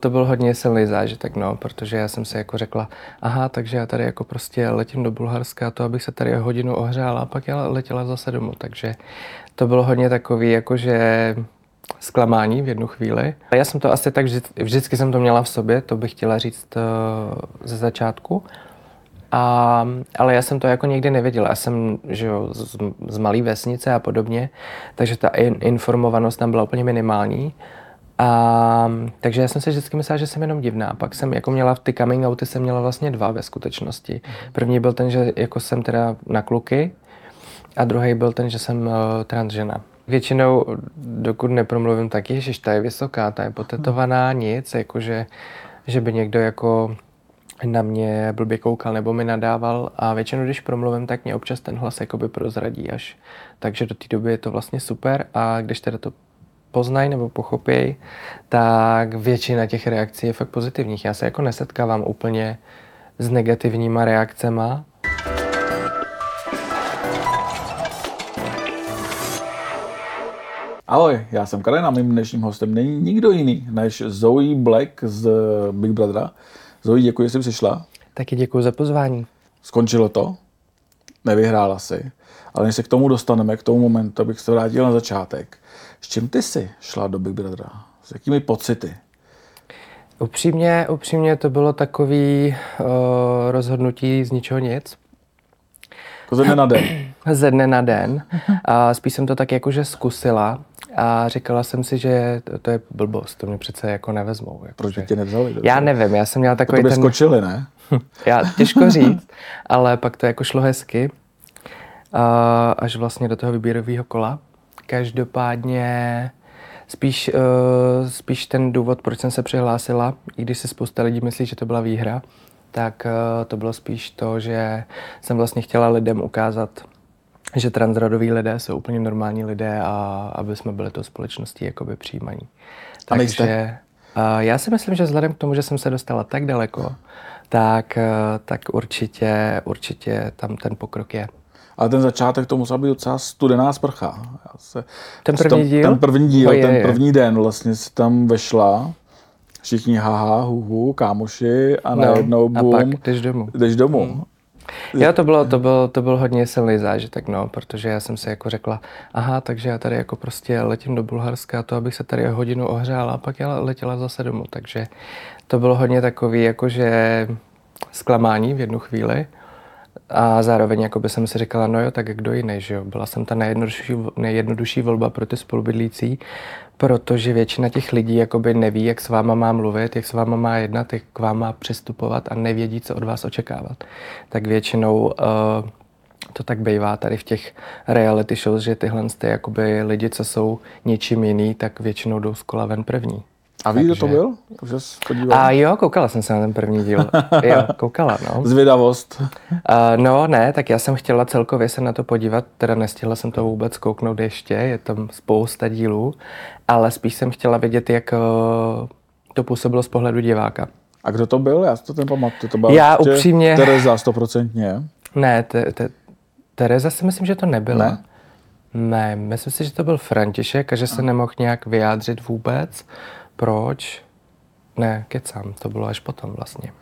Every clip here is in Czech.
To byl hodně silný zážitek, no, protože já jsem si jako řekla, aha, takže já tady jako prostě letím do Bulharska, to abych se tady hodinu ohřála a pak já letěla zase domů, takže to bylo hodně takový jakože zklamání v jednu chvíli. Já jsem to asi tak, vždycky jsem to měla v sobě, to bych chtěla říct ze začátku. Ale já jsem to jako nikdy nevěděla. Já jsem že jo, z malé vesnice a podobně, takže ta informovanost tam byla úplně minimální. Takže já jsem si vždycky myslela, že jsem jenom divná. Pak jsem jako měla ty coming outy, jsem měla vlastně dva ve skutečnosti. První byl ten, že jako jsem teda na kluky a druhý byl ten, že jsem transžena. Většinou, dokud nepromluvím, tak ježiš, ta je vysoká, ta je potetovaná, nic, jakože, že by někdo jako na mě blbě koukal nebo mi nadával a většinou, když promluvím, tak mě občas ten hlas jakoby prozradí až. Takže do té doby je to vlastně super a když teda to poznají nebo pochopějí, tak většina těch reakcí je fakt pozitivních. Já se jako nesetkávám úplně s negativníma reakcema. Ahoj, já jsem Karen a mým dnešním hostem není nikdo jiný než Zoe Black z Big Brothera. Zoe, děkuji, že jsi přišla. Taky děkuji za pozvání. Skončilo to, nevyhrála si, ale než se k tomu dostaneme, k tomu momentu, abych se vrátil na začátek. S čím ty jsi šla do Big Brothera? S jakými pocity? Upřímně to bylo takový rozhodnutí z ničeho nic. Jako ze dne na den. Ze dne na den. A spíš jsem to tak jakože zkusila a říkala jsem si, že to je blbost, to mě přece jako nevezmou. Jako, Proč by tě nevzali? Já nevím, já jsem měla takový ten... skočili, ne? Já těžko říct, ale pak to jako šlo hezky. Až vlastně do toho výběrového kola. Každopádně spíš ten důvod, proč jsem se přihlásila, i když si spousta lidí myslí, že to byla výhra, tak to bylo spíš to, že jsem vlastně chtěla lidem ukázat, že transrodoví lidé jsou úplně normální lidé a aby jsme byli tou společností jakoby přijímaní. Takže já si myslím, že vzhledem k tomu, že jsem se dostala tak daleko, tak určitě tam ten pokrok je. Ale ten začátek to musela být docela studená sprcha. Ten první díl? Ten první den vlastně si tam vešla, všichni haha, huhu, kámoši a najednou bum. A pak jdeš domů. Jo, to byl hodně silný zážitek, no, protože já jsem si jako řekla, aha, takže já tady jako prostě letím do Bulharska, to abych se tady hodinu ohřála a pak já letěla zase domů, takže to bylo hodně takový jakože zklamání v jednu chvíli. A zároveň jako by jsem si říkala, no jo, tak kdo jiný, že jo. Byla jsem ta nejjednodušší volba pro ty spolubydlící, protože většina těch lidí jakoby neví, jak s váma má mluvit, jak s váma má jednat, jak k vám má přistupovat a nevědí, co od vás očekávat. Tak většinou to tak bývá tady v těch reality shows, že tyhle jakoby lidi, co jsou něčím jiný, tak většinou jdou z kola ven první. A víš, kdo to byl? A jo, koukala jsem se na ten první díl. Jo, koukala, no. Zvědavost. No ne, tak já jsem chtěla celkově se na to podívat, teda nestihla jsem to vůbec kouknout ještě, je tam spousta dílů, ale spíš jsem chtěla vědět, jak to působilo z pohledu diváka. A kdo to byl? Já si to pamatuju. To byla upřímně... Tereza 100%. Ne, Tereza si myslím, že to nebyla. Ne, myslím si, že to byl František a že se nemohl nějak vyjádřit vůbec. Proč? Ne, kecám, to bylo až potom vlastně.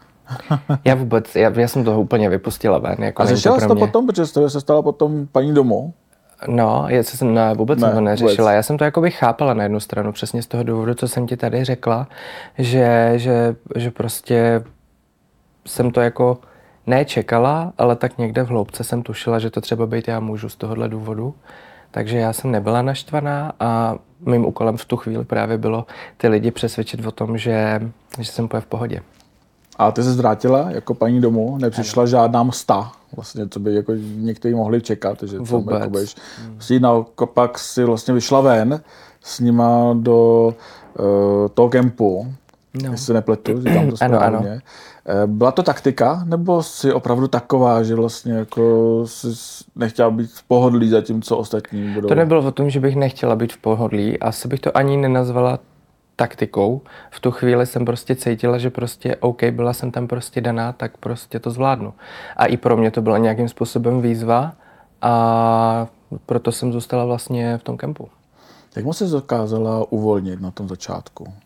Já jsem toho úplně vypustila ven. Jako a řešila jsi to potom, protože se stala potom paní domů? No, jsem vůbec to neřešila. Vůbec. Já jsem to jakoby chápala na jednu stranu, přesně z toho důvodu, co jsem ti tady řekla, že prostě jsem to jako nečekala, ale tak někde v hloubce jsem tušila, že to třeba být já můžu z tohohle důvodu. Takže já jsem nebyla naštvaná a mým úkolem v tu chvíli právě bylo ty lidi přesvědčit o tom, že jsem úplně v pohodě. A ty se zvrátila jako paní domů, nepřišla žádná msta, vlastně, co by jako někteří mohli čekat, že vůbec. Pak si vlastně vyšla ven s nima do toho kempu, jestli se nepletu, že tam to správně. Ano. Byla to taktika, nebo jsi opravdu taková, že vlastně jako jsi nechtěla být v pohodlí zatímco ostatní budou? To nebylo o tom, že bych nechtěla být v pohodlí, asi bych to ani nenazvala taktikou. V tu chvíli jsem prostě cítila, že prostě OK, byla jsem tam prostě daná, tak prostě to zvládnu. A i pro mě to byla nějakým způsobem výzva a proto jsem zůstala vlastně v tom kempu. Jak moc jsi dokázala uvolnit na tom začátku?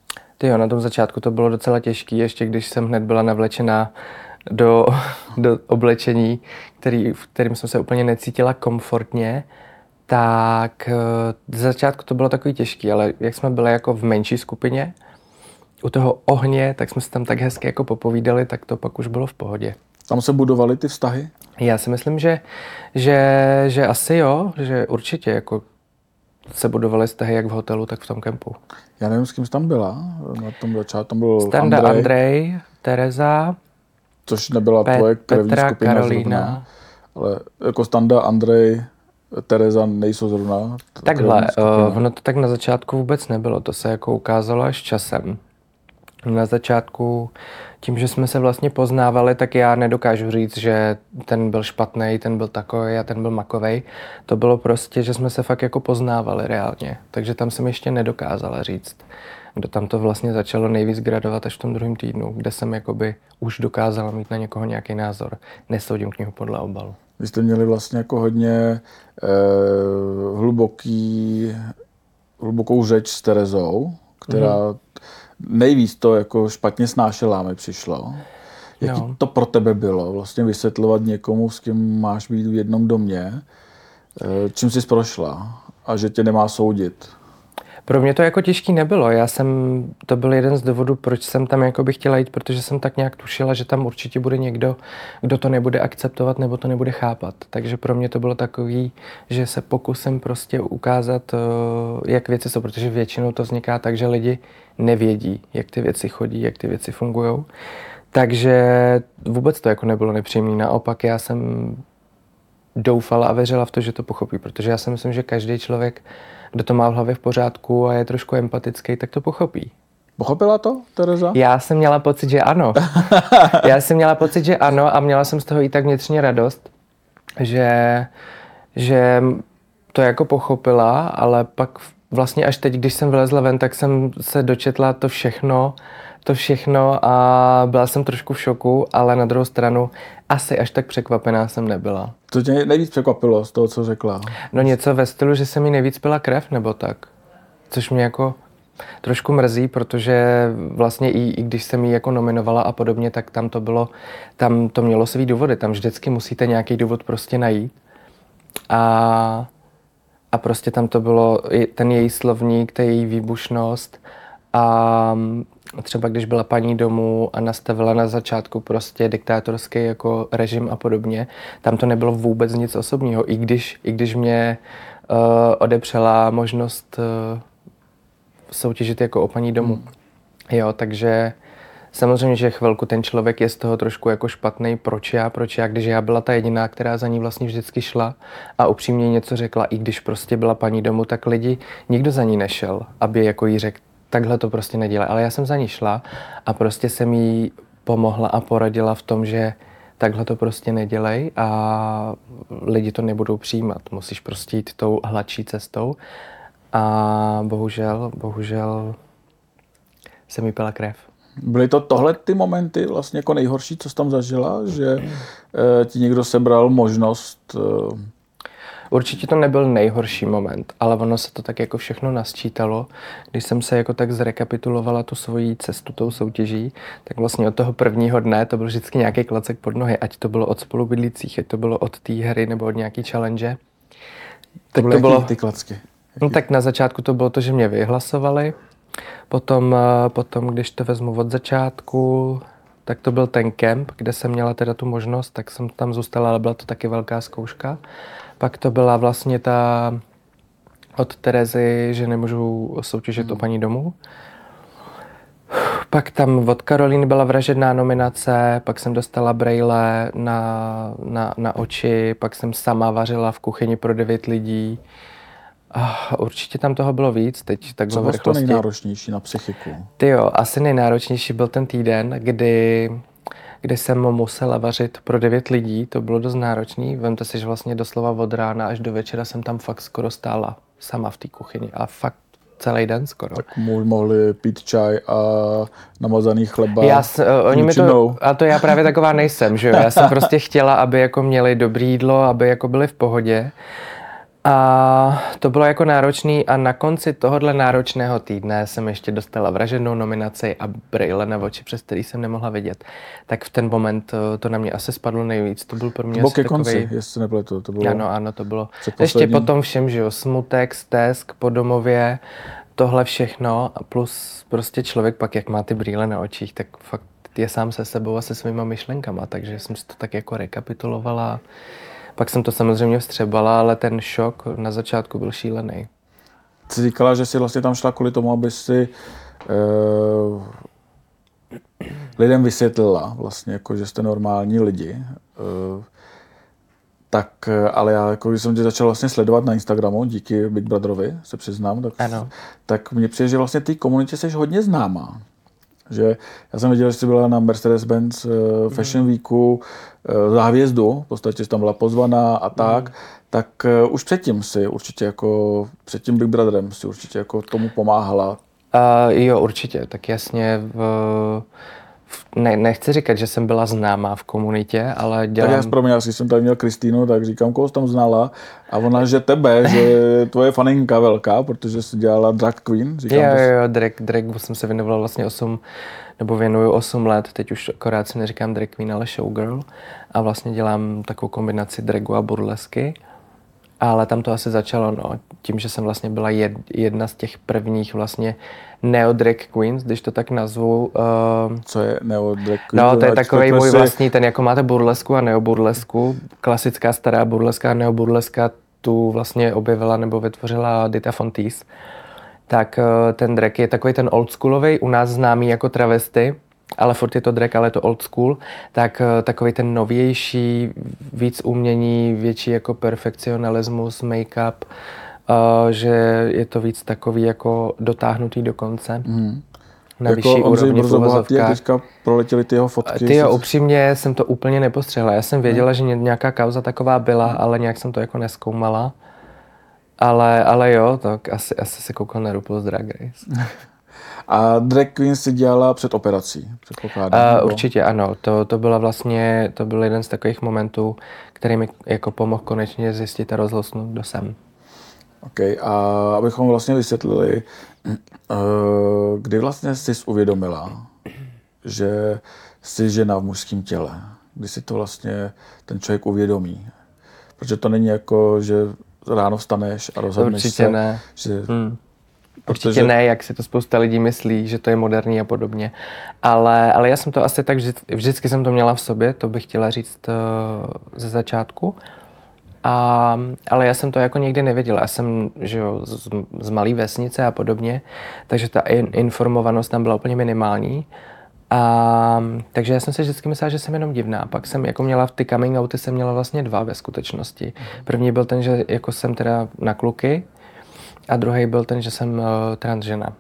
Tyjo, na tom začátku to bylo docela těžké, ještě když jsem hned byla navlečená do oblečení, v kterým jsem se úplně necítila komfortně, tak z začátku to bylo takový těžký, ale jak jsme byli jako v menší skupině, u toho ohně, tak jsme se tam tak hezky jako popovídali, tak to pak už bylo v pohodě. Tam se budovaly ty vztahy? Já si myslím, že asi jo, že určitě jako se budovaly vztahy jak v hotelu, tak v tom kempu. Já nevím, s kým jsi tam byla. Na tom začátku tam byl Standa, Andrej, Tereza, což nebyla tvoje krevní Petra, skupina Karolína. Zrovna, ale jako Standa, Andrej, Tereza nejsou zrovna. Takhle, ono to tak na začátku vůbec nebylo, to se jako ukázalo až časem. Na začátku, tím, že jsme se vlastně poznávali, tak já nedokážu říct, že ten byl špatný, ten byl takový a ten byl makovej. To bylo prostě, že jsme se fakt jako poznávali reálně. Takže tam jsem ještě nedokázala říct, kdo tam to vlastně začalo nejvíc gradovat až v tom druhém týdnu, kde jsem jakoby už dokázala mít na někoho nějaký názor. Nesoudím knihu podle obalu. Vy jste měli vlastně jako hodně hlubokou řeč s Terezou, která nejvíc to jako špatně snášela, mi přišlo. Jaký to pro tebe bylo? Vlastně vysvětlovat někomu, s kým máš být v jednom domě, čím jsi prošla a že tě nemá soudit? Pro mě to jako těžký nebylo. To byl jeden z důvodů, proč jsem tam jako bych chtěla jít, protože jsem tak nějak tušila, že tam určitě bude někdo, kdo to nebude akceptovat nebo to nebude chápat. Takže pro mě to bylo takový, že se pokusím prostě ukázat, jak věci jsou, protože většinou to vzniká tak, že lidi nevědí, jak ty věci chodí, jak ty věci fungujou. Takže vůbec to jako nebylo nepříjemné. Naopak já jsem doufala a věřila v to, že to pochopí, protože já si myslím, že každý člověk, kdo to má v hlavě v pořádku a je trošku empatický, tak to pochopí. Pochopila to, Tereza? Já jsem měla pocit, že ano. A měla jsem z toho i tak vnitřně radost, že to jako pochopila, ale pak vlastně až teď, když jsem vylezla ven, tak jsem se dočetla to všechno a byla jsem trošku v šoku, ale na druhou stranu asi až tak překvapená jsem nebyla. Co tě nejvíc překvapilo z toho, co řekla? No něco ve stylu, že se mi nejvíc pila krev, nebo tak. Což mě jako trošku mrzí, protože vlastně i když jsem ji jako nominovala a podobně, tak tam to mělo svý důvody. Tam vždycky musíte nějaký důvod prostě najít. A prostě tam to bylo ten její slovník, ta její výbušnost. A třeba když byla paní domů a nastavila na začátku prostě diktátorský jako režim a podobně, tam to nebylo vůbec nic osobního, i když mě odepřela možnost soutěžit jako o paní domů. Jo, takže samozřejmě, že chvilku ten člověk je z toho trošku jako špatný, proč já, když já byla ta jediná, která za ní vlastně vždycky šla a upřímně něco řekla, i když prostě byla paní domů, tak nikdo za ní nešel, aby jako jí řekl, takhle to prostě nedělá. Ale já jsem za ní šla a prostě jsem jí pomohla a poradila v tom, že takhle to prostě nedělej a lidi to nebudou přijímat. Musíš prostě jít tou hladší cestou a bohužel se mi pila krev. Byly to tohle ty momenty vlastně jako nejhorší, co jsi tam zažila? Že ti někdo sebral možnost? Určitě to nebyl nejhorší moment, ale ono se to tak jako všechno nasčítalo. Když jsem se jako tak zrekapitulovala tu svoji cestu tou soutěží, tak vlastně od toho prvního dne to byl vždycky nějaký klacek pod nohy, ať to bylo od spolubydlících, ať to bylo od té hry nebo od nějaký challenge. Tak to bylo ty klacky? No tak na začátku to bylo to, že mě vyhlasovali. Potom, když to vezmu od začátku, tak to byl ten kemp, kde jsem měla teda tu možnost, tak jsem tam zůstala, ale byla to taky velká zkouška. Pak to byla vlastně ta od Terezy, že nemůžu soutěžit o paní domů. Pak tam od Karolíny byla vražedná nominace, pak jsem dostala brejle na oči, pak jsem sama vařila v kuchyni pro 9 lidí. Určitě tam toho bylo víc teď. Co bylo to nejnáročnější na psychiku? Tyjo, asi nejnáročnější byl ten týden, kdy jsem musela vařit pro 9 lidí, to bylo dost náročný. Vemte si, že vlastně doslova od rána až do večera jsem tam fakt skoro stála sama v té kuchyni a fakt celý den skoro. Tak mohli pít čaj a namazaný chleba. A to já právě taková nejsem, že jo? Já jsem prostě chtěla, aby jako měli dobrý jídlo, aby jako byli v pohodě. A to bylo jako náročný a na konci tohohle náročného týdne jsem ještě dostala vražednou nominaci a brýle na oči, přes který jsem nemohla vidět. Tak v ten moment to na mě asi spadlo nejvíc. To byl pro mě asi ke konci, jestli nepletu. To bylo ano, to bylo. Ještě potom všem, že jo, smutek, stesk po domově, tohle všechno a plus prostě člověk pak, jak má ty brýle na očích, tak fakt je sám se sebou a se svýma myšlenkama, takže jsem si to tak jako rekapitulovala. Pak jsem to samozřejmě vstřebala, ale ten šok na začátku byl šílený. Jsi říkala, že jsi vlastně tam šla kvůli tomu, aby si lidem vysvětlila vlastně, jako, že jste normální lidi. Tak, ale já, jako, když jsem tě začal vlastně sledovat na Instagramu, díky Big Brotherovi, se přiznám, tak mně přijde, že vlastně té komunitě jsi hodně známá. Že já jsem viděl, že jsi byla na Mercedes-Benz Fashion Weeku za hvězdu, v podstatě jsi tam byla pozvaná a tak už předtím si určitě jako, před tím Big Brotherem si určitě jako tomu pomáhala. Jo, určitě, tak jasně nechci říkat, že jsem byla známá v komunitě, ale dělám... Tak já zproměl, když jsem tady měl Kristýnu, tak říkám, koho jsi tam znala a ona, že tebe, že tvoje faninka velká, protože jsi dělala drag queen. Říkám, jo, drag jsem se věnovala vlastně věnuju 8 let, teď už akorát si neříkám drag queen, ale showgirl a vlastně dělám takovou kombinaci dragu a burlesky. Ale tam to asi začalo, no, tím, že jsem vlastně byla jedna z těch prvních vlastně neo-drag queens, když to tak nazvu. Co je neo-drag queen? No, to je takovej můj vlastní, ten jako máte burlesku a neoburlesku, klasická stará burleska a neoburleska tu vlastně objevila nebo vytvořila Dita Von Teese. Tak ten drag je takový ten oldschoolovej, u nás známý jako travesty, ale furt je to drag, ale je to old school, tak takový ten novější, víc umění, větší jako perfekcionalismus, make-up, že je to víc takový jako dotáhnutý do konce. Na jako vyšší úrovni v uvozovkách. Teďka proletěly ty jeho fotky. Ty jo, upřímně jsem to úplně nepostřehla. Já jsem věděla, že nějaká kauza taková byla, ale nějak jsem to jako nezkoumala. Ale jo, tak asi se koukal na RuPaul's Drag Race. A drag queen si dělala před operací, předpokládám? Určitě ano, to byl jeden z takových momentů, který mi jako pomohl konečně zjistit a rozhlosnout, kdo jsem. OK, a abychom vlastně vysvětlili, kdy vlastně jsi uvědomila, že jsi žena v mužském těle, kdy si to vlastně ten člověk uvědomí. Protože to není jako, že ráno vstaneš a rozhodneš Určitě se, ne. že... Určitě ne, jak si to spousta lidí myslí, že to je moderní a podobně. Ale já jsem to asi tak, vždycky jsem to měla v sobě, to bych chtěla říct ze začátku. Ale já jsem to jako nikdy nevěděla. Já jsem z malé vesnice a podobně, takže ta informovanost tam byla úplně minimální. Takže já jsem si vždycky myslela, že jsem jenom divná. Pak jsem jako měla ty coming outy, jsem měla vlastně 2 ve skutečnosti. První byl ten, že jako jsem teda na kluky, a druhý byl ten, že jsem transžena.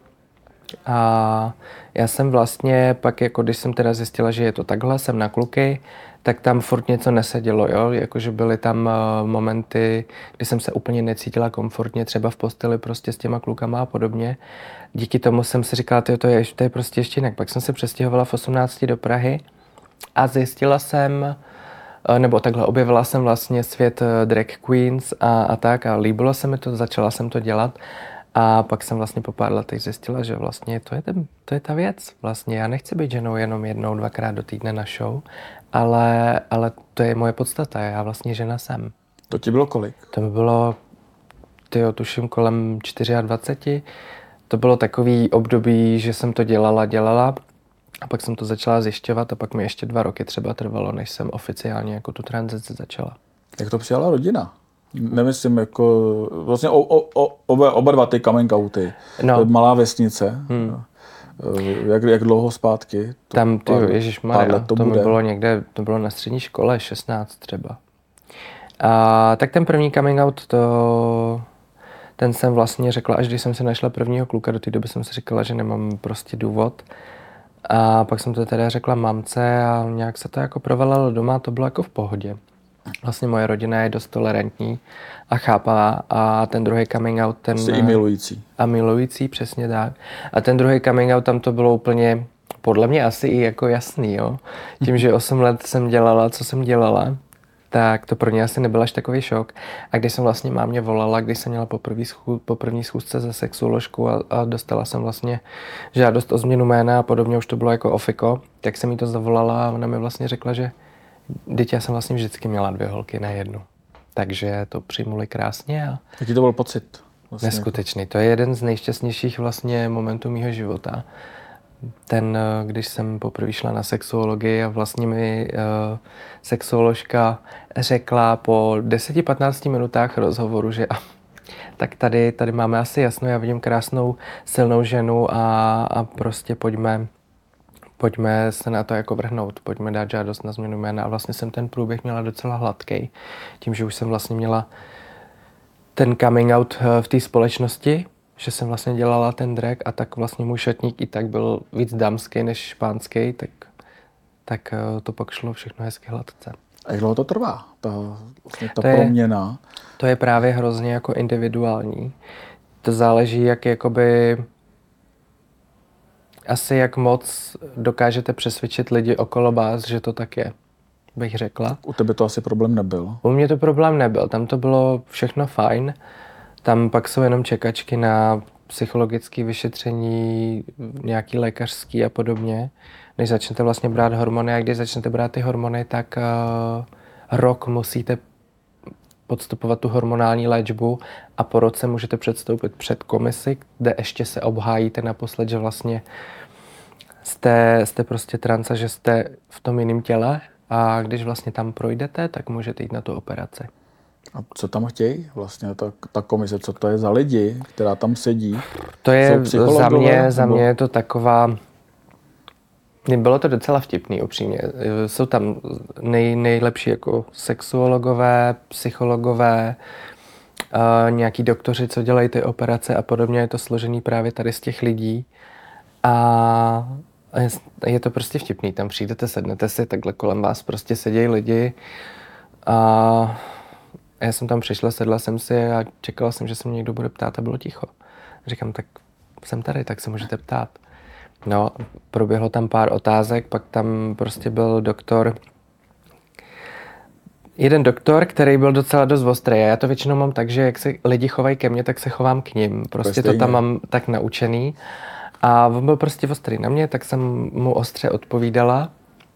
A já jsem vlastně pak, jako když jsem teda zjistila, že je to takhle, jsem na kluky, tak tam furt něco nesedělo, jo? Jakože byly tam momenty, kdy jsem se úplně necítila komfortně, třeba v posteli prostě s těma klukama a podobně. Díky tomu jsem si říkala, to je prostě ještě jinak. Pak jsem se přestěhovala v 18 do Prahy a zjistila jsem, nebo takhle objevila jsem vlastně svět drag queens a tak a líbilo se mi to, začala jsem to dělat a pak jsem vlastně po pár letech zjistila, že vlastně to je ta věc. Vlastně já nechci být ženou jenom 1, 2krát do týdne na show, ale to je moje podstata, já vlastně žena jsem. To ti bylo kolik? To mi bylo, tuším kolem 24. To bylo takový období, že jsem to dělala. A pak jsem to začala zjišťovat a pak mi ještě 2 roky třeba trvalo, než jsem oficiálně jako tu tranzici začala. Jak to přijala rodina? Nemyslím jako, vlastně oba 2 ty coming outy. No. Malá vesnice. Jak dlouho zpátky? Tam, ježišmarja, to mi bylo někde, to bylo na střední škole, 16 třeba. Tak ten první coming out, ten jsem vlastně řekla, až když jsem si našla prvního kluka, do té doby jsem si říkala, že nemám prostě důvod. A pak jsem to teda řekla mamce a nějak se to jako provalilo doma, to bylo jako v pohodě. Vlastně moje rodina je dost tolerantní a chápavá a ten druhý coming out, ten... Jste i milující. A milující, přesně tak. A ten druhý coming out, tam to bylo úplně, podle mě asi i jako jasný, jo. Tím, že 8 let jsem dělala, co jsem dělala, tak to pro ně asi nebyl až takový šok. A když jsem vlastně mámě volala, když jsem měla po první schůzce ze sexuoložku a dostala jsem vlastně žádost o změnu jména a podobně, už to bylo jako ofiko, tak jsem jí to zavolala a ona mi vlastně řekla, že já jsem vlastně vždycky měla 2 holky, ne 1. Takže to přijmuli krásně. A jaký to byl pocit? Vlastně neskutečný. To je jeden z nejšťastnějších vlastně momentů mýho života. Když jsem poprvé šla na sexuologii a vlastně mi sexuoložka řekla po 10-15 minutách rozhovoru, že tak tady máme asi jasno, já vidím krásnou, silnou ženu a prostě pojďme se na to jako vrhnout, pojďme dát žádost na změnu jména. A vlastně jsem ten průběh měla docela hladký, tím, že už jsem vlastně měla ten coming out v té společnosti, že jsem vlastně dělala ten drag a tak vlastně můj šatník i tak byl víc dámský než pánský, tak to pak šlo všechno hezky hladce. A jak dlouho to trvá, ta proměna? To je právě hrozně jako individuální. To záleží, jak moc dokážete přesvědčit lidi okolo vás, že to tak je, bych řekla. U tebe to asi problém nebyl? U mě to problém nebyl, tam to bylo všechno fajn. Tam pak jsou jenom čekačky na psychologické vyšetření, nějaký lékařský a podobně. Než začnete vlastně brát hormony a když začnete brát ty hormony, tak rok musíte podstupovat tu hormonální léčbu a po roce můžete předstoupit před komisi, kde ještě se obhájíte naposled, že vlastně jste prostě trans a že jste v tom jiném těle a když vlastně tam projdete, tak můžete jít na tu operaci. A co tam chtějí vlastně ta komise? Co to je za lidi, která tam sedí? To je za mě je to taková... Bylo to docela vtipný, upřímně. Jsou tam nejlepší jako sexuologové, psychologové, nějaký doktoři, co dělají ty operace a podobně. Je to složený právě tady z těch lidí. A je to prostě vtipný. Tam přijdete, sednete si, takhle kolem vás prostě sedějí lidi. A já jsem tam přišla, sedla jsem si a čekala jsem, že se mě někdo bude ptát a bylo ticho. Říkám, tak jsem tady, tak se můžete ptát. No, proběhlo tam pár otázek, pak tam prostě byl jeden doktor, který byl docela dost ostrý. Já to většinou mám tak, že jak se lidi chovají ke mně, tak se chovám k nim. Prostě to tam mám tak naučený. A on byl prostě ostrý na mě, tak jsem mu ostře odpovídala.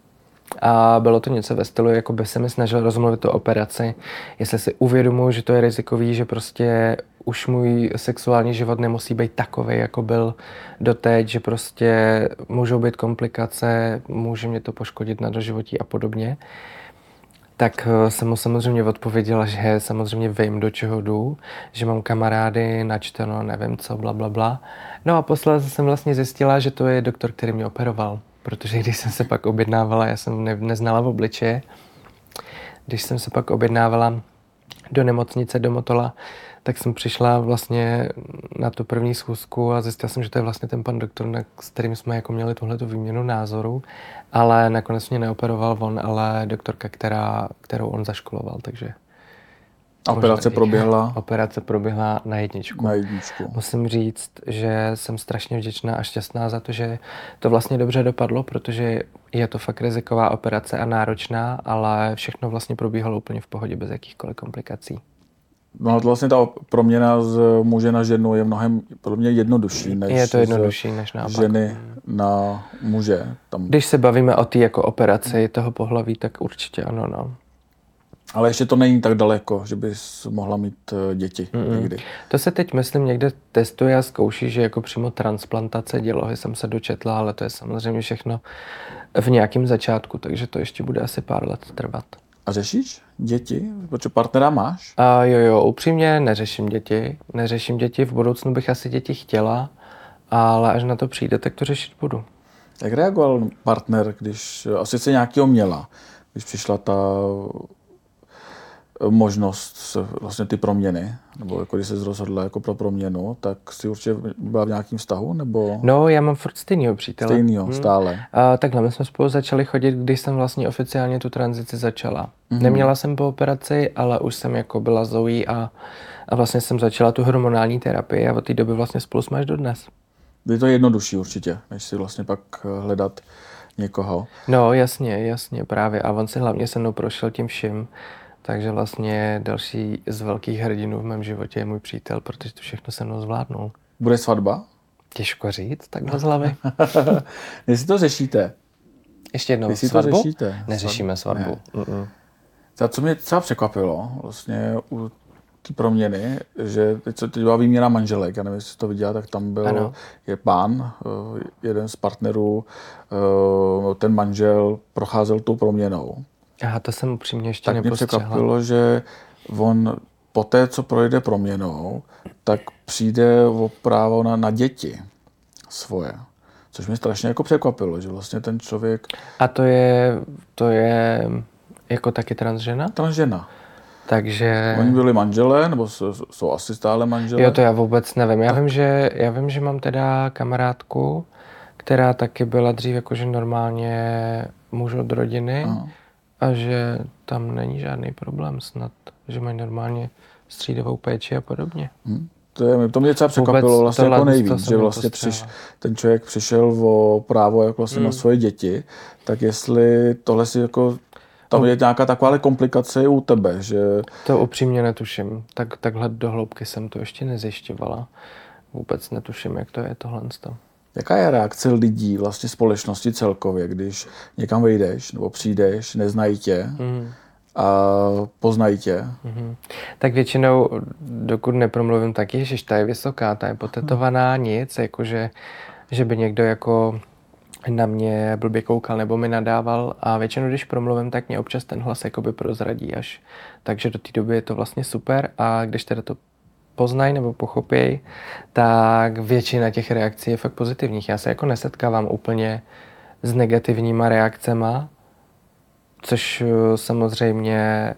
A bylo to něco ve stylu, jako by se mi snažil rozmluvit o operaci, jestli si uvědomuji, že to je rizikový, že prostě už můj sexuální život nemusí být takovej, jako byl doteď, že prostě můžou být komplikace, může mě to poškodit na doživotí a podobně. Tak jsem mu samozřejmě odpověděla, že samozřejmě vím, do čeho jdu, že mám kamarády, načteno, nevím co, blablabla. No a posledně jsem vlastně zjistila, že to je doktor, který mě operoval. Protože když jsem se pak objednávala, já jsem neznala v obličeje, když jsem se pak objednávala do nemocnice, do Motola, tak jsem přišla vlastně na tu první schůzku a zjistila jsem, že to je vlastně ten pan doktor, s kterým jsme jako měli tuhletu výměnu názorů, ale nakonec mě neoperoval on, ale doktorka, kterou on zaškoloval, takže... A Operace proběhla na jedničku. Na jedničku. Musím říct, že jsem strašně vděčná a šťastná za to, že to vlastně dobře dopadlo, protože je to fakt riziková operace a náročná, ale všechno vlastně probíhalo úplně v pohodě, bez jakýchkoliv komplikací. No vlastně ta proměna z muže na ženu je mnohem podle mě jednodušší, než naopak. Ženy na muže. Když se bavíme o té jako operaci toho pohlaví, tak určitě ano, no. Ale ještě to není tak daleko, že bys mohla mít děti někdy. To se teď, myslím, někde testuje a zkouší, že jako přímo transplantace dělohy jsem se dočetla, ale to je samozřejmě všechno v nějakém začátku, takže to ještě bude asi pár let trvat. A řešíš děti? Protože partnera máš? Jo, upřímně neřeším děti, v budoucnu bych asi děti chtěla, ale až na to přijde, tak to řešit budu. Jak reagoval partner, když asi se nějakého měla, když přišla ta možnost vlastně ty proměny, nebo jako když se rozhodla jako pro proměnu, tak si určitě byla v nějakém vztahu, nebo? No, já mám furt stejnýho přítele. Stále. Takhle, my jsme spolu začali chodit, když jsem vlastně oficiálně tu tranzici začala. Neměla jsem po operaci, ale už jsem jako byla Zoe a vlastně jsem začala tu hormonální terapii a od té doby vlastně spolu jsme až dodnes. Je to jednodušší určitě, než si vlastně pak hledat někoho. No, jasně, právě. A on si hlavně se mnou prošel tím vším. Takže vlastně další z velkých hrdinů v mém životě je můj přítel, protože to všechno se mnou zvládnul. Bude svatba? Těžko říct, takhle z hlavy. Jestli to řešíte? Ještě jednou, Jestli svatbu? to řešíte? Neřešíme svatbu. Ne. Co mě třeba překvapilo vlastně u té proměny, že teď byla výměna manželek, já nevím, jestli to viděla, tak tam byl je pán, jeden z partnerů, ten manžel procházel tou proměnou. Aha, to jsem upřímně ještě nepostřehla. Tak mě překvapilo, že on po té, co projde proměnou, tak přijde o právo na děti svoje. Což mě strašně jako překvapilo, že vlastně ten člověk... A to je jako taky transžena? Transžena. Takže... Oni byli manželé, nebo jsou asi stále manželé? Jo, to já vůbec nevím. Já vím, že mám teda kamarádku, která taky byla dřív jakože normálně muž od rodiny. Aha. A že tam není žádný problém snad, že mají normálně střídavou péči a podobně. To mě třeba překvapilo vlastně jako nejvíc, že vlastně ten člověk přišel o právo jako vlastně na svoje děti, tak jestli tohle si jako tam je nějaká taková komplikace u tebe, že... To upřímně netuším. Takhle do hloubky jsem to ještě nezjišťovala. Vůbec netuším, jak to je tohle. Jaká je reakce lidí, vlastně společnosti celkově, když někam vejdeš nebo přijdeš, neznají tě a poznají tě? Tak většinou, dokud nepromluvím, tak ježiš, ta je vysoká, ta je potetovaná, nic, jakože, že by někdo jako na mě blbě koukal nebo mi nadával a většinou, když promluvím, tak mě občas ten hlas jakoby prozradí až. Takže do té doby je to vlastně super a když teda to poznají nebo pochopějí, tak většina těch reakcí je fakt pozitivních. Já se jako nesetkávám úplně s negativníma reakcema, což samozřejmě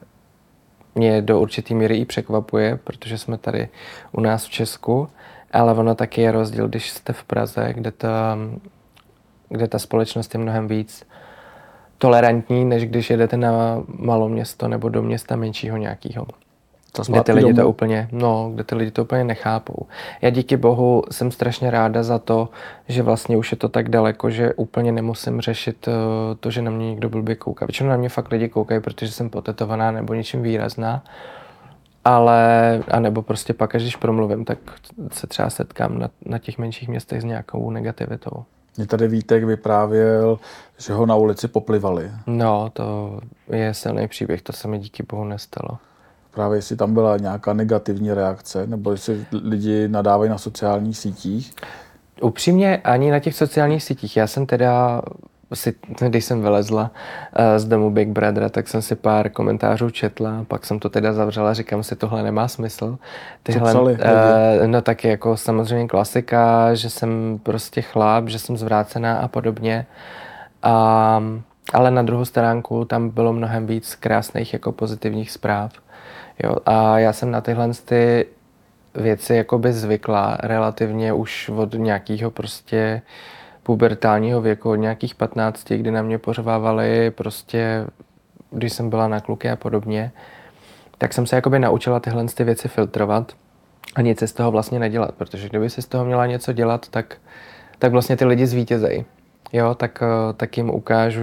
mě do určitý míry i překvapuje, protože jsme tady u nás v Česku, ale ono taky je rozdíl, když jste v Praze, kde ta společnost je mnohem víc tolerantní, než když jedete na maloměsto nebo do města menšího nějakého. Kde ty lidi to úplně nechápou. Já díky bohu jsem strašně ráda za to, že vlastně už je to tak daleko, že úplně nemusím řešit to, že na mě někdo blbě kouká. Většinou na mě fakt lidi koukají, protože jsem potetovaná nebo něčím výrazná, ale, anebo prostě pak, když promluvím, tak se třeba setkám na těch menších městech s nějakou negativitou. Mě tady Vítek vyprávěl, že ho na ulici poplivali. No, to je silný příběh, to se mi díky bohu nestalo. Právě jestli tam byla nějaká negativní reakce, nebo jestli lidi nadávají na sociálních sítích? Upřímně ani na těch sociálních sítích. Já jsem teda, když jsem vylezla z domu Big Brothera, tak jsem si pár komentářů četla, pak jsem to teda zavřela, říkám si, tohle nemá smysl. Co psali? No taky jako samozřejmě klasika, že jsem prostě chlap, že jsem zvrácená a podobně. Ale na druhou stránku tam bylo mnohem víc krásných jako pozitivních zpráv. Jo, a já jsem na tyhle ty věci jakoby zvykla relativně už od nějakého prostě pubertálního věku, od nějakých 15, kdy na mě pořvávali prostě, když jsem byla na kluky a podobně, tak jsem se jakoby naučila tyhle ty věci filtrovat a nic si z toho vlastně nedělat, protože kdyby si z toho měla něco dělat, tak vlastně ty lidi zvítězejí. Jo, tak jim ukážu,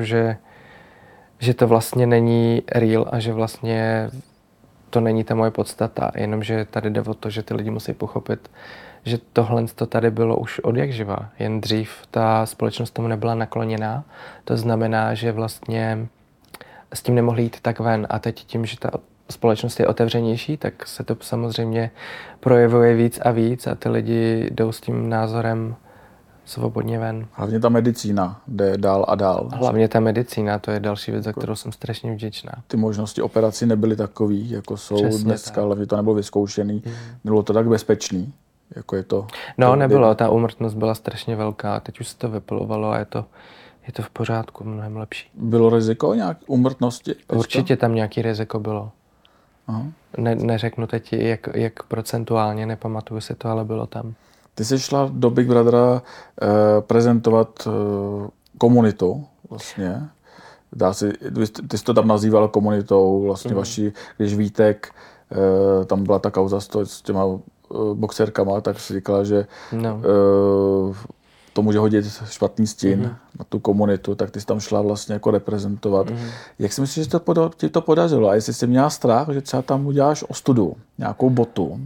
že to vlastně není real a že vlastně to není ta moje podstata, jenomže tady jde o to, že ty lidi musí pochopit, že tohle to tady bylo už od jak živa. Jen dřív ta společnost tomu nebyla nakloněná. To znamená, že vlastně s tím nemohli jít tak ven. A teď tím, že ta společnost je otevřenější, tak se to samozřejmě projevuje víc a víc a ty lidi jdou s tím názorem svobodně ven. Hlavně ta medicína jde dál a dál. Hlavně ta medicína, to je další věc, za kterou jsem strašně vděčná. Ty možnosti operací nebyly takový, jako jsou přesně dneska, hlavně to nebylo vyzkoušený. Bylo to tak bezpečný, jako je to? No nebylo, ta úmrtnost byla strašně velká, teď už se to vypilovalo a je to v pořádku, mnohem lepší. Bylo riziko nějak úmrtnosti? Určitě tam nějaký riziko bylo. Aha. Neřeknu teď, jak procentuálně, nepamatuju si to, ale bylo tam. Ty jsi šla do Big Brothera prezentovat komunitu vlastně. Ty jsi to tam nazýval komunitou, vlastně vaši, když Vítek, tam byla ta kauza s těma boxerkama, tak jsi říkala, že to může hodit špatný stín na tu komunitu, tak ty jsi tam šla vlastně jako reprezentovat. Jak si myslíš, že ti to podařilo? A jestli jsi měla strach, že třeba tam uděláš ostudu, nějakou botu?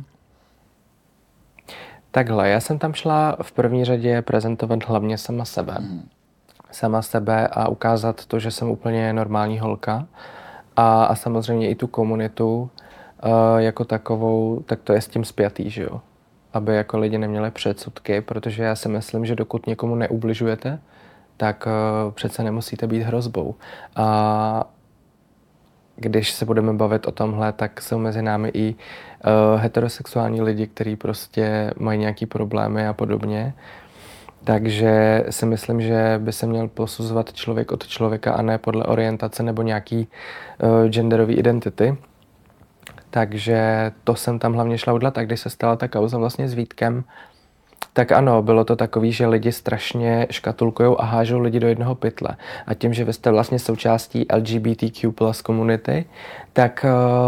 Takhle, já jsem tam šla v první řadě prezentovat hlavně sama sebe. Sama sebe a ukázat to, že jsem úplně normální holka. A samozřejmě i tu komunitu jako takovou, tak to je s tím spjatý, že jo? Aby jako lidi neměli předsudky, protože já si myslím, že dokud někomu neubližujete, tak přece nemusíte být hrozbou. A když se budeme bavit o tomhle, tak jsou mezi námi i heterosexuální lidi, kteří prostě mají nějaký problémy a podobně. Takže si myslím, že by se měl posuzovat člověk od člověka a ne podle orientace nebo nějaký genderové identity. Takže to jsem tam hlavně šla udělat. A když se stala ta kauza vlastně s Vítkem, tak ano, bylo to takový, že lidi strašně škatulkujou a hážou lidi do jednoho pytle. A tím, že vy jste vlastně součástí LGBTQ plus komunity, tak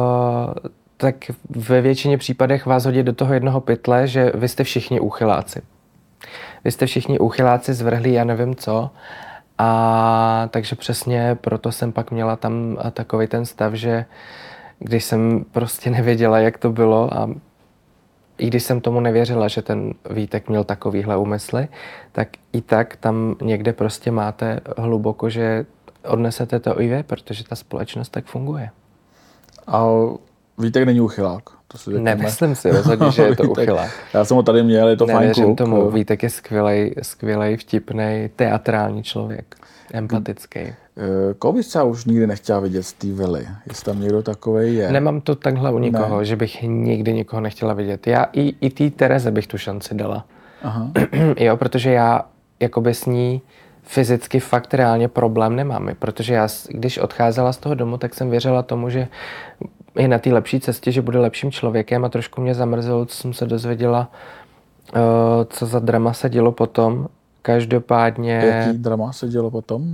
ve většině případech vás hodí do toho jednoho pytle, že vy jste všichni úchyláci. Vy jste všichni úchyláci zvrhlí, já nevím co. A takže přesně proto jsem pak měla tam takový ten stav, že když jsem prostě nevěděla, jak to bylo a i když jsem tomu nevěřila, že ten Vítek měl takovýhle úmysly, tak i tak tam někde prostě máte hluboko, že odnesete to i vy, protože ta společnost tak funguje. A Vítek není uchylák. Nemyslím si rozhodně, že je to uchylák. Já jsem ho tady měl, je to fajn kluk. Tomu. Vítek je skvělej, vtipnej, teatrální člověk. Empatický. Koho bys třeba už nikdy nechtěla vidět z té vily? Jestli tam někdo takovej je? Nemám to takhle u nikoho, že bych nikdy nikoho nechtěla vidět. Já i té Tereze bych tu šanci dala. Aha. Jo, protože já jakoby s ní fyzicky fakt reálně problém nemám. Protože já, když odcházela z toho domu, tak jsem věřila tomu, že je na té lepší cestě, že bude lepším člověkem a trošku mě zamrzelo, co jsem se dozvěděla, co za drama se dělo potom. Každopádně... Jaký drama se dělo potom?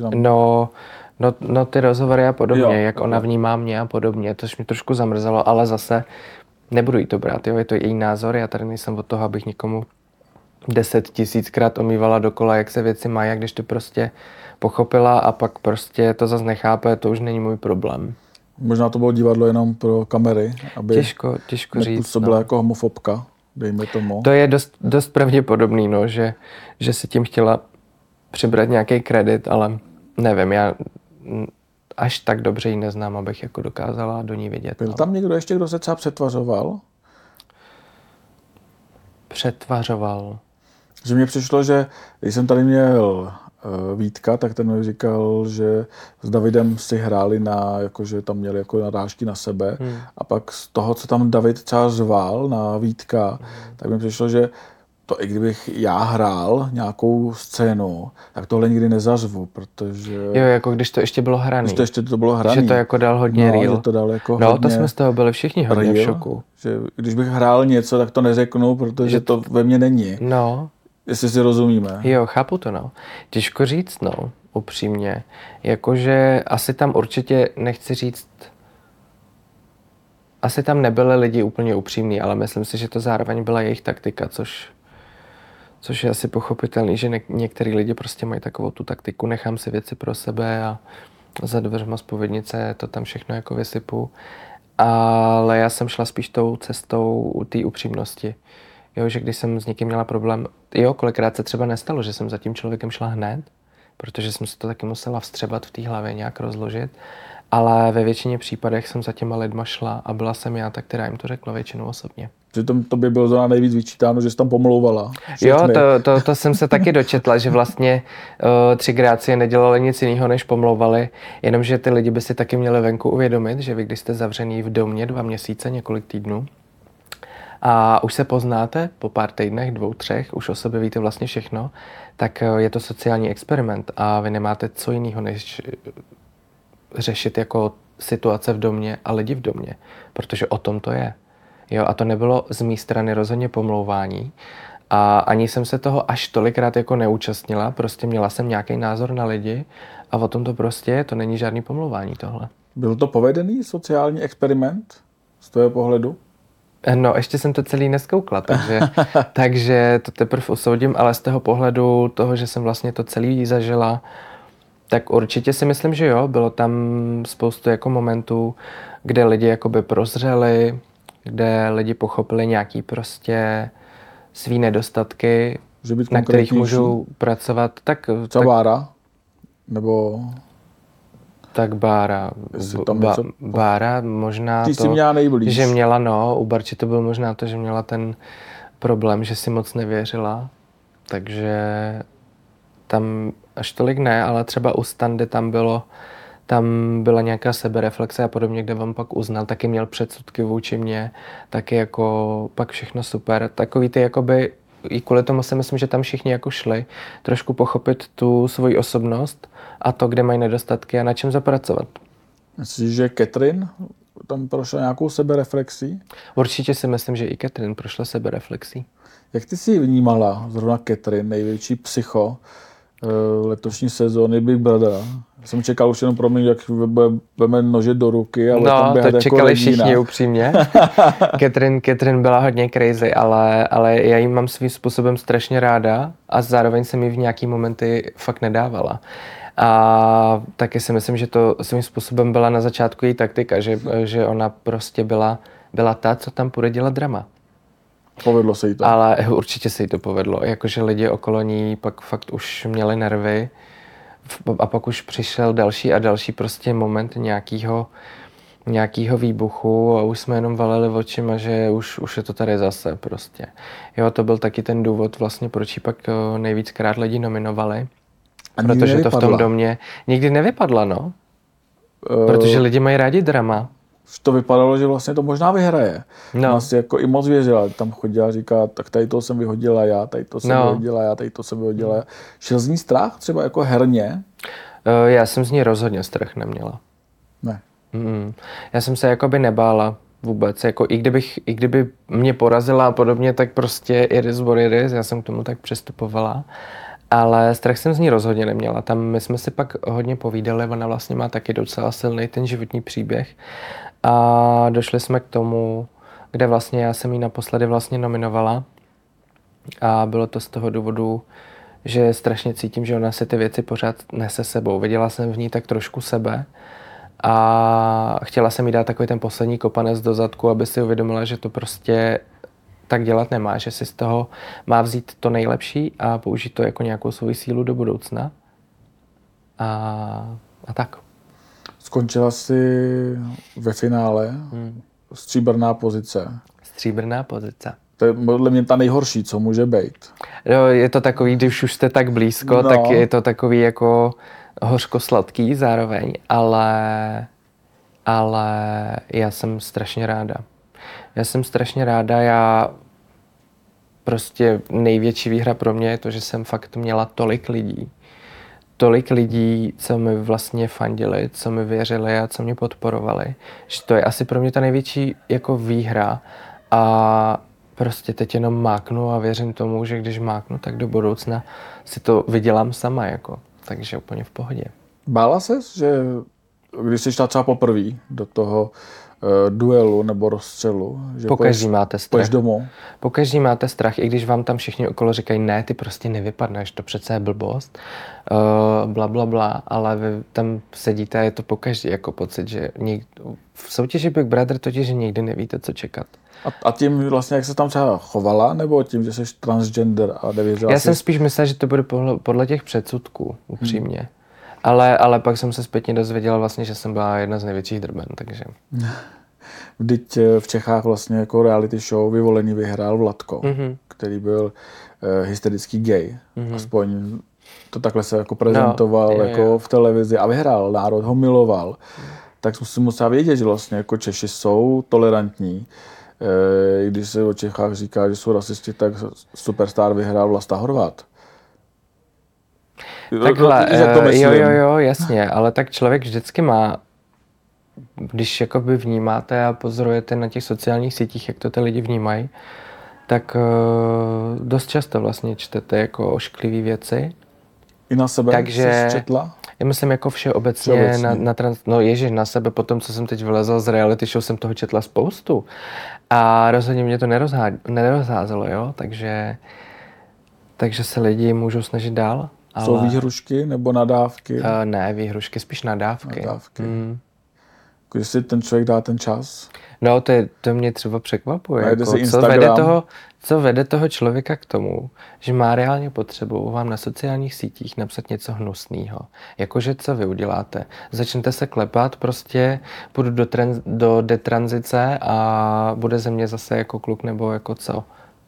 No ty rozhovory a podobně, jak ona vnímá mě a podobně, to mě trošku zamrzelo, ale zase nebudu jí to brát, jo, je to její názor, já tady nejsem od toho, abych nikomu 10 000krát omývala dokola, jak se věci mají, a když to prostě pochopila a pak prostě to zase nechápe, to už není můj problém. Možná to bylo divadlo jenom pro kamery, aby těžko říct. To byla jako homofobka, dejme tomu. To je dost pravděpodobný, no, že si tím chtěla přibrat nějaký kredit, ale nevím, já až tak dobře ji neznám, abych jako dokázala do ní vidět. Byl tam někdo ještě, kdo se třeba přetvařoval? Přetvařoval. Že mně přišlo, že když jsem tady měl Vítka, tak ten mi říkal, že s Davidem si hráli jakože tam měli jako narážky na sebe a pak z toho, co tam David třeba řval na Vítka, tak mi přišlo, že to i kdybych já hrál nějakou scénu, tak tohle nikdy nezařvu, protože... Jo, jako když to ještě bylo hraný. Když to ještě bylo hraný. Že to jako dal hodně real. Že to dal jako hodně to jsme z toho byli všichni hodně v šoku. Že když bych hrál něco, tak to neřeknu, protože to ve mně není. No. Jestli si rozumíme. Jo, chápu to, no. Těžko říct, no, upřímně. Jakože asi tam určitě, nechci říct, asi tam nebyli lidi úplně upřímní, ale myslím si, že to zároveň byla jejich taktika, což je asi pochopitelný, že některý lidi prostě mají takovou tu taktiku, nechám si věci pro sebe a za dveřma zpovědnice to tam všechno jako vysypu. Ale já jsem šla spíš tou cestou té upřímnosti. Jo, že když jsem s někým měla problém, kolikrát se třeba nestalo, že jsem za tím člověkem šla hned, protože jsem si to taky musela vstřebat v té hlavě, nějak rozložit, ale ve většině případech jsem za těma lidma šla a byla jsem já ta, která jim to řekla většinou osobně. Že to by bylo za nejvíc vyčítáno, že jsi tam pomlouvala. Jo, to jsem se taky dočetla, že vlastně 3 Grácie nedělali nic jiného, než pomlouvali, jenomže ty lidi by si taky měli venku uvědomit, že vy, když jste zavřený v domě 2 měsíce, několik týdnů, a už se poznáte po pár týdnech, 2, 3, už o sobě víte vlastně všechno, tak je to sociální experiment a vy nemáte co jiného, než řešit jako situace v domě a lidi v domě, protože o tom to je. Jo, a to nebylo z mé strany rozhodně pomlouvání a ani jsem se toho až tolikrát jako neúčastnila, prostě měla jsem nějaký názor na lidi a o tom to prostě je, to není žádný pomlouvání tohle. Byl to povedený sociální experiment z tvého pohledu? No, ještě jsem to celý neskoukla, takže to teprve usoudím, ale z toho pohledu toho, že jsem vlastně to celý zažila, tak určitě si myslím, že jo, bylo tam spoustu jako momentů, kde lidi jakoby prozřeli, kde lidi pochopili nějaký prostě svý nedostatky, na kterých můžou pracovat. Co Bára? Nebo... Tak Bára. Bára možná ty jsi měla nejblíž. Že měla, no, u Barči to byl možná to, že měla ten problém, že si moc nevěřila, takže tam až tolik ne, ale třeba u Standy tam byla nějaká sebereflexe a podobně, kde on pak uznal, taky měl předsudky vůči mně, taky jako pak všechno super. Takový ty jakoby, i kvůli tomu si myslím, že tam všichni jako šli trošku pochopit tu svoji osobnost a to, kde mají nedostatky a na čem zapracovat. Myslíš, že Catherine tam prošla nějakou sebereflexí? Určitě si myslím, že i Catherine prošla sebereflexí. Jak ty jsi vnímala zrovna Catherine, největší psycho letošní sezóny Big Brother? Jsem čekal už jenom pro mě, jak budeme nože do ruky a tam běhat to jako čekali Regina. Všichni upřímně. Catherine byla hodně crazy, ale já jí mám svým způsobem strašně ráda a zároveň jsem jí v nějaký momenty fakt nedávala. A taky si myslím, že to svým způsobem byla na začátku její taktika, že ona prostě byla ta, co tam půjde dělat drama. Povedlo se jí to. Ale určitě se jí to povedlo. Jakože lidi okolo ní pak fakt už měli nervy a pak už přišel další a další prostě moment nějakýho výbuchu a už jsme jenom valili očima, že už je to tady zase prostě. Jo, to byl taky ten důvod vlastně, proč ji pak nejvíckrát lidi nominovali. Protože to v tom domě nikdy nevypadla, no. Protože lidi mají rádi drama. To vypadalo, že vlastně to možná vyhraje. No. Ona si jako i moc věřila. Tam chodila a říká, tak tady to jsem vyhodila já, tady to jsem vyhodila já, tady to jsem vyhodila já. Šel z ní strach třeba jako herně? Já jsem z ní rozhodně strach neměla. Ne. Já jsem se jakoby nebála vůbec. Jako i kdyby mě porazila a podobně, tak prostě iris what it is. Já jsem k tomu tak přistupovala. Ale strach jsem z ní rozhodně neměla. Tam my jsme si pak hodně povídali, ona vlastně má taky docela silný ten životní příběh. A došli jsme k tomu, kde vlastně já jsem ji naposledy vlastně nominovala. A bylo to z toho důvodu, že strašně cítím, že ona si ty věci pořád nese sebou. Viděla jsem v ní tak trošku sebe a chtěla jsem jí dát takový ten poslední kopanec do zadku, aby si uvědomila, že to prostě tak dělat nemá, že si z toho má vzít to nejlepší a použít to jako nějakou svou sílu do budoucna. A tak. Skončila si ve finále stříbrná pozice. Stříbrná pozice. To je podle mě ta nejhorší, co může být. No, je to takový, když už jste tak blízko, tak je to takový jako hořko-sladký zároveň, ale já jsem strašně ráda. Já prostě největší výhra pro mě je to, že jsem fakt měla tolik lidí, co mi vlastně fandili, co mi věřili a co mě podporovali, že to je asi pro mě ta největší jako výhra a prostě teď jenom máknu a věřím tomu, že když máknu, tak do budoucna si to vydělám sama jako, takže úplně v pohodě. Bála ses, že když jsi šla třeba poprvé do toho duelu nebo rozstřelu, že pokaždý máte strach. Pojď domů. Pokaždý máte strach, i když vám tam všichni okolo říkají, ne, ty prostě nevypadneš, to přece je blbost, bla, bla, bla, ale vy tam sedíte a je to pokaždý jako pocit, že v soutěži Big Brother totiž nikdy nevíte, co čekat. A tím vlastně, jak se tam třeba chovala, nebo tím, že jsi transgender a nevěřila? Já jsem spíš myslel, že to bude podle těch předsudků, upřímně. Ale pak jsem se zpětně dozvěděla vlastně, že jsem byla jedna z největších drben, takže... Vždyť v Čechách vlastně jako reality show Vyvolení vyhrál Vladko, který byl hysterický gay. Aspoň to takhle se jako prezentoval jako v televizi a vyhrál, národ ho miloval. Tak jsem si musel vědět, že vlastně jako Češi jsou tolerantní. I když se o Čechách říká, že jsou rasisti, tak Superstar vyhrál Vlasta Horvát. Takhle, jo, jasně, ale tak člověk vždycky má, když jakoby vnímáte a pozorujete na těch sociálních sítích, jak to ty lidi vnímají, tak dost často vlastně čtete jako ošklivý věci. I na sebe jsi četla? Já myslím jako všeobecně. Na sebe, potom, co jsem teď vylezl z reality show, jsem toho četla spoustu. A rozhodně mě to nerozházelo, jo, takže se lidi můžou snažit dál. Ale... Jsou výhrušky nebo nadávky? Ne, výhrušky, spíš nadávky. Když si ten člověk dá ten čas? No, to mě třeba překvapuje. Jako, co vede toho člověka k tomu, že má reálně potřebu vám na sociálních sítích napsat něco hnusného. Jakože co vy uděláte? Začnete se klepat, prostě půjdu do detranzice a bude ze mě zase jako kluk nebo jako co?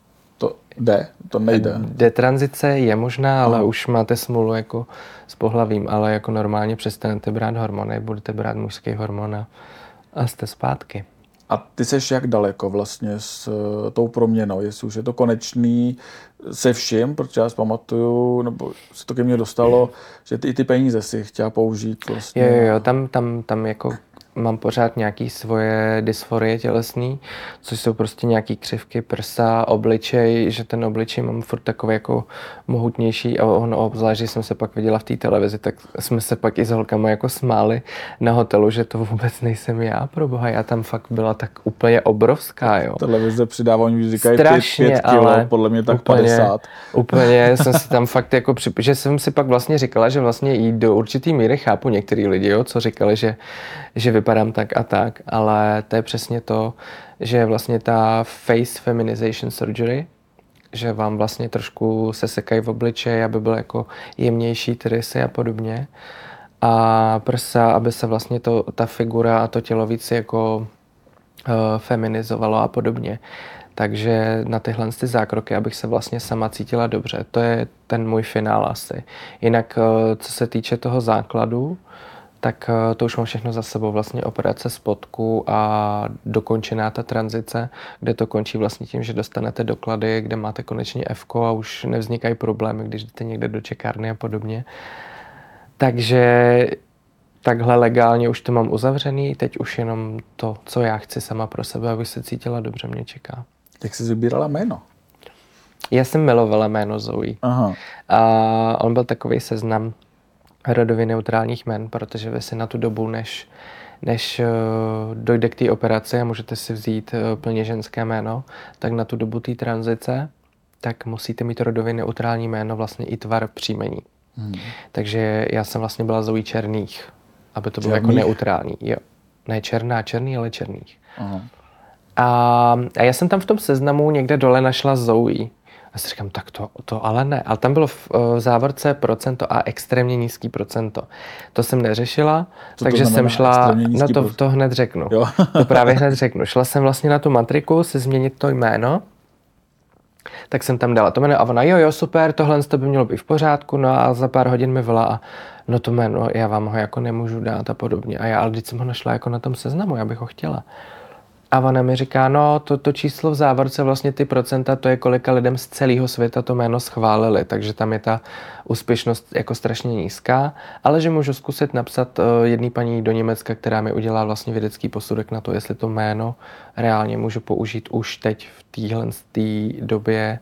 To nejde. Detranzice je možná, ale už máte smůlu jako s pohlavím, ale jako normálně přestanete brát hormony, budete brát mužský hormon a jste zpátky. A ty seš jak daleko vlastně s tou proměnou, jestli už je to konečný se vším, protože já si pamatuju, nebo se to ke mně dostalo, že ty peníze si chtěla použít vlastně. Jo, tam jako mám pořád nějaký svoje dysforie tělesný, což jsou prostě nějaký křivky prsa, obličej, že ten obličej mám furt takový jako mohutnější a obzvlášť, že jsem se pak viděla v té televizi, tak jsme se pak i s holkama jako smáli na hotelu, že to vůbec nejsem já, proboha, já tam fakt byla tak úplně obrovská, jo. Televize přidává, oni říkají 5 kilo, podle mě tak úplně, 50. Úplně jsem si tam fakt jako, že jsem si pak vlastně říkala, že vlastně i do určitý míry chápu některý lidi, jo, co říkali, že vypadám tak a tak, ale to je přesně to, že vlastně ta face feminization surgery, že vám vlastně trošku se sekají v obličeji, aby byl jako jemnější ty rysy a podobně. A prsa, aby se vlastně ta figura a to tělo víc jako feminizovalo a podobně. Takže na tyhle zákroky, abych se vlastně sama cítila dobře. To je ten můj finál asi. Jinak, co se týče toho základu, tak to už mám všechno za sebou, vlastně operace spodku a dokončená ta tranzice, kde to končí vlastně tím, že dostanete doklady, kde máte konečně F-ko a už nevznikají problémy, když jdete někde do čekárny a podobně. Takže takhle legálně už to mám uzavřený, teď už jenom to, co já chci sama pro sebe, abych se cítila dobře, mě čeká. Jak jsi vybírala jméno? Já jsem milovala jméno Zoe. Aha. A on byl takový seznam rodově neutrálních jmen, protože vy si na tu dobu, než dojde k té operaci a můžete si vzít plně ženské jméno, tak na tu dobu té tranzice, tak musíte mít rodově neutrální jméno, vlastně i tvar příjmení. Takže já jsem vlastně byla Zoe Černých, aby to bylo jako neutrální. Jo. Ne černý, ale Černých. Aha. A já jsem tam v tom seznamu někde dole našla Zoe. A si říkám, tak to ale ne. Ale tam bylo v závorce procento a extrémně nízký procento. To jsem neřešila, takže jsem šla, no to hned řeknu. Jo. To právě hned řeknu. Šla jsem vlastně na tu matriku si změnit to jméno, tak jsem tam dala to jméno a ona, jo, super, tohle by mělo být v pořádku, no a za pár hodin mi volá a no to jméno, já vám ho jako nemůžu dát a podobně. A já, ale když jsem ho našla jako na tom seznamu, já bych ho chtěla. A ona mi říká, no to číslo v závorce, vlastně ty procenta, to je kolika lidem z celého světa to jméno schválili, takže tam je ta úspěšnost jako strašně nízká, ale že můžu zkusit napsat jedný paní do Německa, která mi udělá vlastně vědecký posudek na to, jestli to jméno reálně můžu použít už teď v téhle době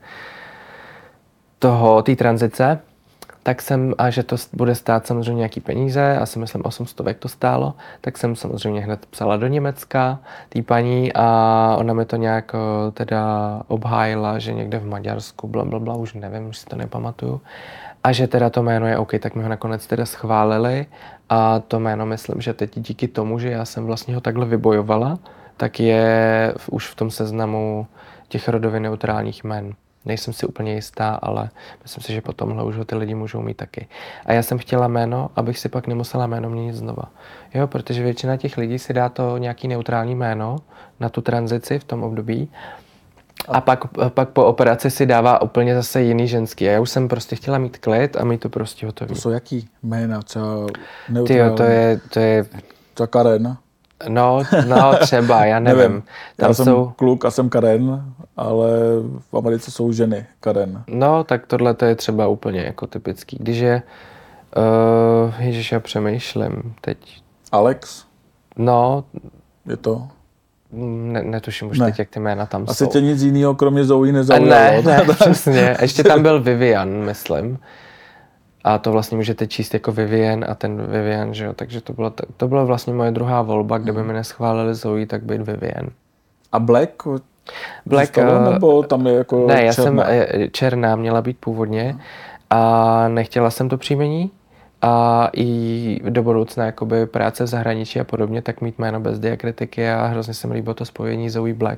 té tranzice. Tak a že to bude stát samozřejmě nějaký peníze, asi myslím 800 to stálo, tak jsem samozřejmě hned psala do Německa té paní a ona mi to nějak teda obhájila, že někde v Maďarsku, blablabla, už nevím, už si to nepamatuju. A že teda to jméno je OK, tak mi ho nakonec teda schválili a to jméno myslím, že teď díky tomu, že já jsem vlastně ho takhle vybojovala, tak je už v tom seznamu těch rodově neutrálních jmen. Nejsem si úplně jistá, ale myslím si, že po tomhle už ho ty lidi můžou mít taky. A já jsem chtěla jméno, abych si pak nemusela jméno měnit znova. Jo, protože většina těch lidí si dá to nějaký neutrální jméno na tu tranzici v tom období a pak po operaci si dává úplně zase jiný ženský. A já už jsem prostě chtěla mít klid a mít to prostě hotový. To jsou jaký jména? Třeba neutrální? Tyjo, to je... Třeba Karen? No, třeba, já nevím. Já jsem kluk a jsem Karen, ale v Americe jsou ženy Karen. No, tak tohle to je třeba úplně jako typický. Když je, ježiš, já přemýšlím teď. Alex? No. Je to? Netuším už teď, jak ty jména tam Asi jsou. tě nic jiného kromě Zoe nezaujalo. Ne, přesně. Ještě tam byl Vivian, myslím. A to vlastně můžete číst jako Vivian a ten Vivian, že jo, takže to byla vlastně moje druhá volba, kdyby mi neschválili Zoe, tak být Vivian. A Black? Black, nebo tam je jako ne, já černá? černá měla být původně a nechtěla jsem to příjmení a i do budoucna jakoby práce v zahraničí a podobně, tak mít jméno bez diakritiky a hrozně se mi líbilo to spojení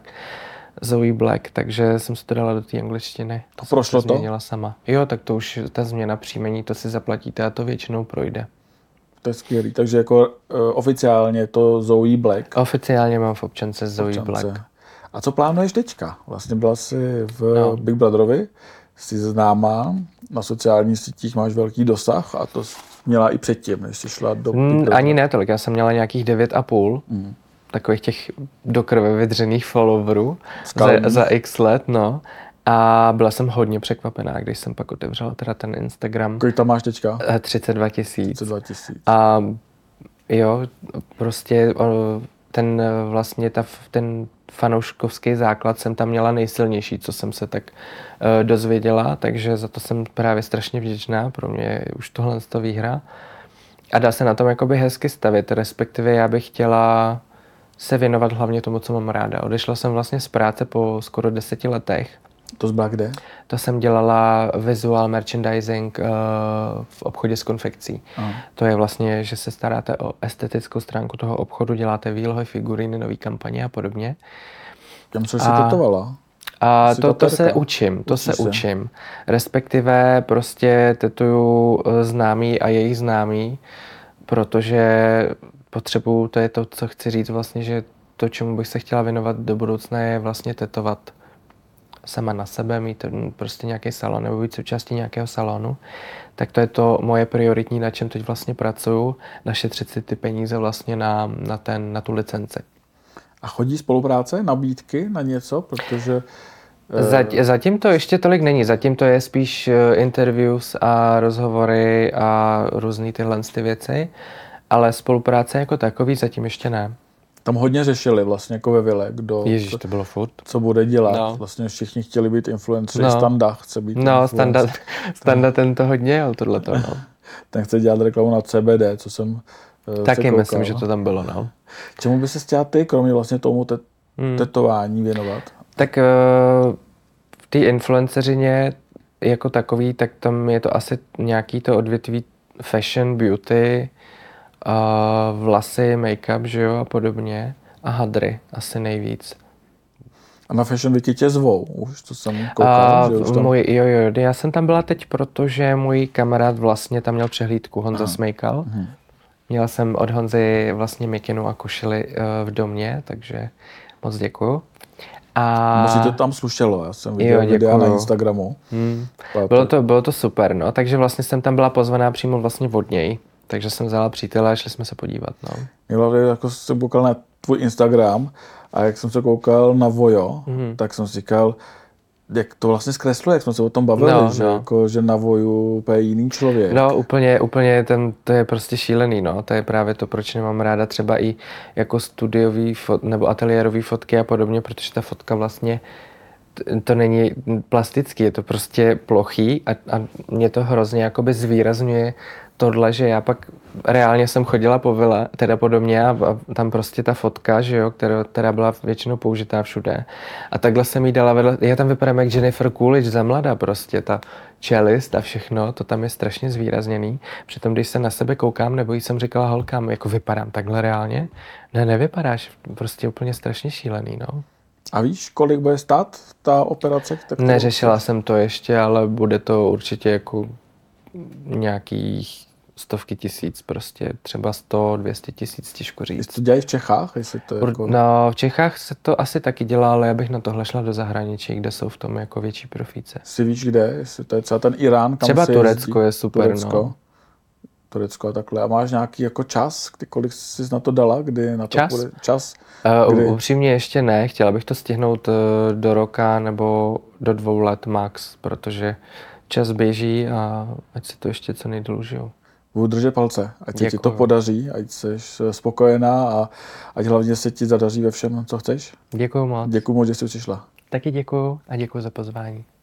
Zoe Black, takže jsem se to dala do té angličtiny. To prošlo to? Změnila sama. Jo, tak to už ta změna příjmení, to si zaplatíte a to většinou projde. To je skvělý, takže jako oficiálně to Zoe Black. Oficiálně mám v občance Zoe Black. A co plánuješ teďka? Vlastně byla jsi v Big Brotherovi, jsi známá, na sociálních sítích máš velký dosah a to měla i předtím, než jsi šla do Big Brothera. Ani ne tolik, já jsem měla nějakých 9,5. Takových těch do krve vydřených followerů za x let, no. A byla jsem hodně překvapená, když jsem pak otevřela teda ten Instagram. Kolik tam máš teďka? 32 000. 32 000. A jo, prostě ten vlastně ten fanouškovský základ jsem tam měla nejsilnější, co jsem se tak dozvěděla, takže za to jsem právě strašně vděčná, pro mě je už tohle výhra. A dá se na tom jakoby hezky stavit, respektive já bych chtěla se věnovat hlavně tomu, co mám ráda. Odešla jsem vlastně z práce po skoro 10 letech. To byla kde? To jsem dělala visual merchandising v obchodě s konfekcí. To je vlastně, že se staráte o estetickou stránku toho obchodu, děláte výlohy, figuriny, nový kampaně a podobně. Tam co jsi tetovala? A to se učím. Respektive prostě tetuju známý a jejich známý, protože potřebuju, to je to, co chci říct vlastně, že to, čemu bych se chtěla věnovat do budoucna, je vlastně tetovat sama na sebe, mít prostě nějaký salon nebo být součástí nějakého salonu, tak to je to moje prioritní, na čem teď vlastně pracuju, našetřit si ty peníze vlastně na tu licenci. A chodí spolupráce, nabídky na něco, protože... Zatím to ještě tolik není, zatím to je spíš interviews a rozhovory a různý tyhle ty věci, ale spolupráce jako takový zatím ještě ne. Tam hodně řešili vlastně jako ve Vile, kdo to bylo furt. Co bude dělat. No. Vlastně všichni chtěli být influencery, Standa chce být influencer. Standa ten to hodně jel tohleto. No. Ten chce dělat reklamu na CBD, co jsem taky myslím, že to tam bylo. No. Čemu by se chtěla ty, kromě vlastně tomu tetování věnovat? Tak v té influenceřině jako takový, tak tam je to asi nějaký to odvětví fashion, beauty, vlasy, make-up, že jo, a podobně. A hadry asi nejvíc. A na Fashion Weeky tě zvou už, to jsem koukal, že už tam... Jo, já jsem tam byla teď, protože můj kamarád vlastně tam měl přehlídku, Honza Smejkal. Měla jsem od Honzy vlastně mikinu a košili v domě, takže moc děkuju. Musí to tam slušelo, já jsem viděl videa na Instagramu. Bylo to super, no, takže vlastně jsem tam byla pozvaná přímo vlastně od něj. Takže jsem vzala přítele a šli jsme se podívat. No. Jako jsem koukal na tvůj Instagram a jak jsem se koukal na Vojo, tak jsem si říkal, jak to vlastně zkresluje, jak jsme se o tom bavili, že na Voju úplně jiný člověk. No úplně to je prostě šílený, no. To je právě to, proč nemám ráda třeba i jako studiový nebo ateliérový fotky a podobně, protože ta fotka vlastně to není plastický, je to prostě plochý a mě to hrozně jakoby zvýrazňuje tohle, že já pak reálně jsem chodila po vile, teda po domě a tam prostě ta fotka, že jo, která byla většinou použitá všude. A takhle jsem jí dala vedle, já tam vypadám jak Jennifer Coolidge za mladá prostě, ta čelist a všechno, to tam je strašně zvýrazněný. Přitom, když se na sebe koukám, nebo jsem říkala holkám, jako vypadám takhle reálně, nevypadáš, prostě úplně strašně šílený, no. A víš, kolik bude stát ta operace? Neřešila jsem to ještě, ale bude to určitě jako nějakých stovky tisíc, prostě třeba 100-200 tisíc, těžko říct. Jestli to dělají v Čechách? Jestli to jako... No, v Čechách se to asi taky dělá, ale já bych na tohle šla do zahraničí, kde jsou v tom jako větší profíce. Si víš kde? Jestli to je třeba ten Irán, kam třeba se Turecko jezdí? Je super, Turecko a takhle. A máš nějaký jako čas? Kolik jsi na to dala? Kdy na to bude čas? Upřímně ještě ne. Chtěla bych to stihnout do roka nebo do 2 let max, protože čas běží a ať se to ještě co nejdýl užiju. Budu držet palce, ať se ti to podaří, ať jsi spokojená a ať hlavně se ti zadaří ve všem, co chceš. Děkuju moc. Děkuju moc, že jsi přišla. Taky děkuju a děkuju za pozvání.